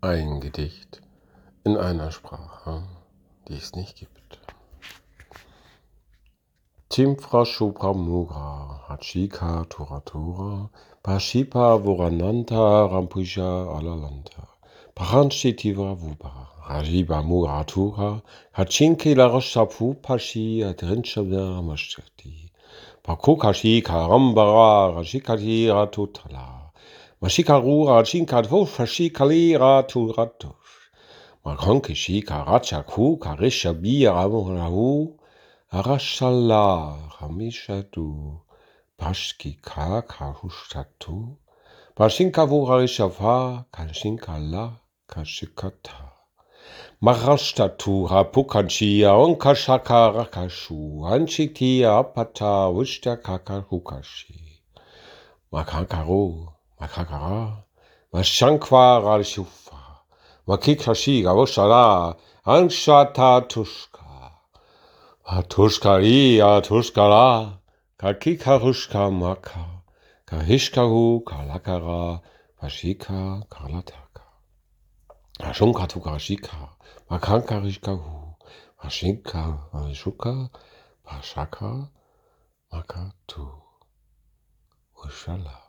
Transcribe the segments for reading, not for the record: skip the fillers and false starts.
Ein Gedicht in einer Sprache, die es nicht gibt. Timfra Shupra Mugra, Hachika Turatura, Pashipa Vorananta Rampusha Alalanta, Paranchi Tivra Vuba, Rajiba Muratura, Hachinki Larashapu Pashi Adrinchavera Mashati, Pakukashi Karambara, Rashikati Ratutala, Mashikarura Chinkatu Fashikali Raturatush, Makonkishi Karachaku Karishabi Ramurahu, Arashala Ramishatu, Pashkika Kahushatu, Pashinka Vurarishafa, Kashinkala, Kashikata. Marashtatu Hapukanchia, Onkashaka Rakashu, Anchikia Apata, Wishta Kakahukashi. Makakaru, Makakara, Mashankwa Rashufa, Makikashi Gavoshala, Anshata Tushka. Atushkari, Atushkara, Kakikarushka Maka, Kahishkaru, Kalakara, Pashika, Kalataka. Ashunkatukarashika, Makankarishkahu, Pashinka, Varishuka, Pashaka, Makatu, Ushala.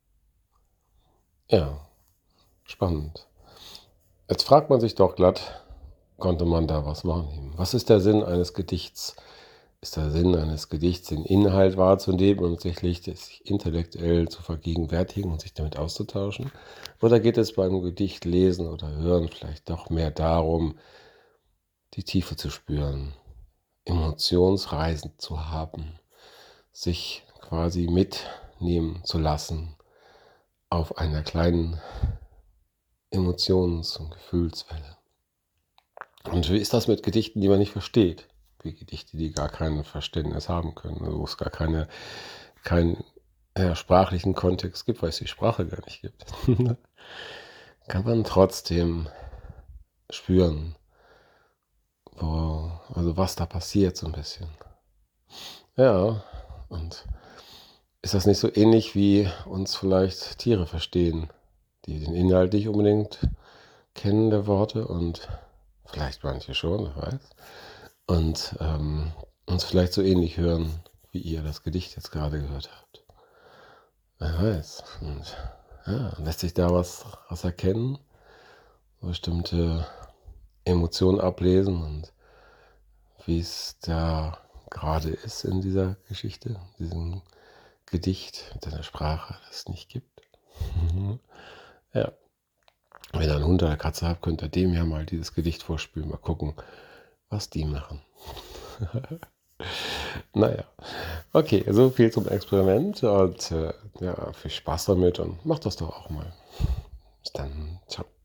Ja, spannend. Jetzt fragt man sich doch glatt, konnte man da was machen? Was ist der Sinn eines Gedichts? Ist der Sinn eines Gedichts, den Inhalt wahrzunehmen und sich intellektuell zu vergegenwärtigen und sich damit auszutauschen? Oder geht es beim Gedicht lesen oder hören vielleicht doch mehr darum, die Tiefe zu spüren, Emotionsreisen zu haben, sich quasi mitnehmen zu lassen auf einer kleinen Emotions- und Gefühlswelle? Und wie ist das mit Gedichten, die man nicht versteht? Wie Gedichte, die gar kein Verständnis haben können, wo es gar keinen sprachlichen Kontext gibt, weil es die Sprache gar nicht gibt. Kann man trotzdem spüren, was da passiert so ein bisschen. Ja, und ist das nicht so ähnlich, wie uns vielleicht Tiere verstehen, die den Inhalt nicht unbedingt kennen der Worte und vielleicht manche schon, wer weiß. Und uns vielleicht so ähnlich hören, wie ihr das Gedicht jetzt gerade gehört habt. Wer weiß. Und ja, lässt sich da was erkennen, bestimmte Emotionen ablesen und wie es da gerade ist in dieser Geschichte, diesem Gedicht mit einer Sprache, das es nicht gibt. Ja. Wenn ihr einen Hund oder eine Katze habt, könnt ihr dem ja mal dieses Gedicht vorspielen, mal gucken, was die machen. Naja, okay, so viel zum Experiment und ja, viel Spaß damit und macht das doch auch mal. Bis dann, ciao.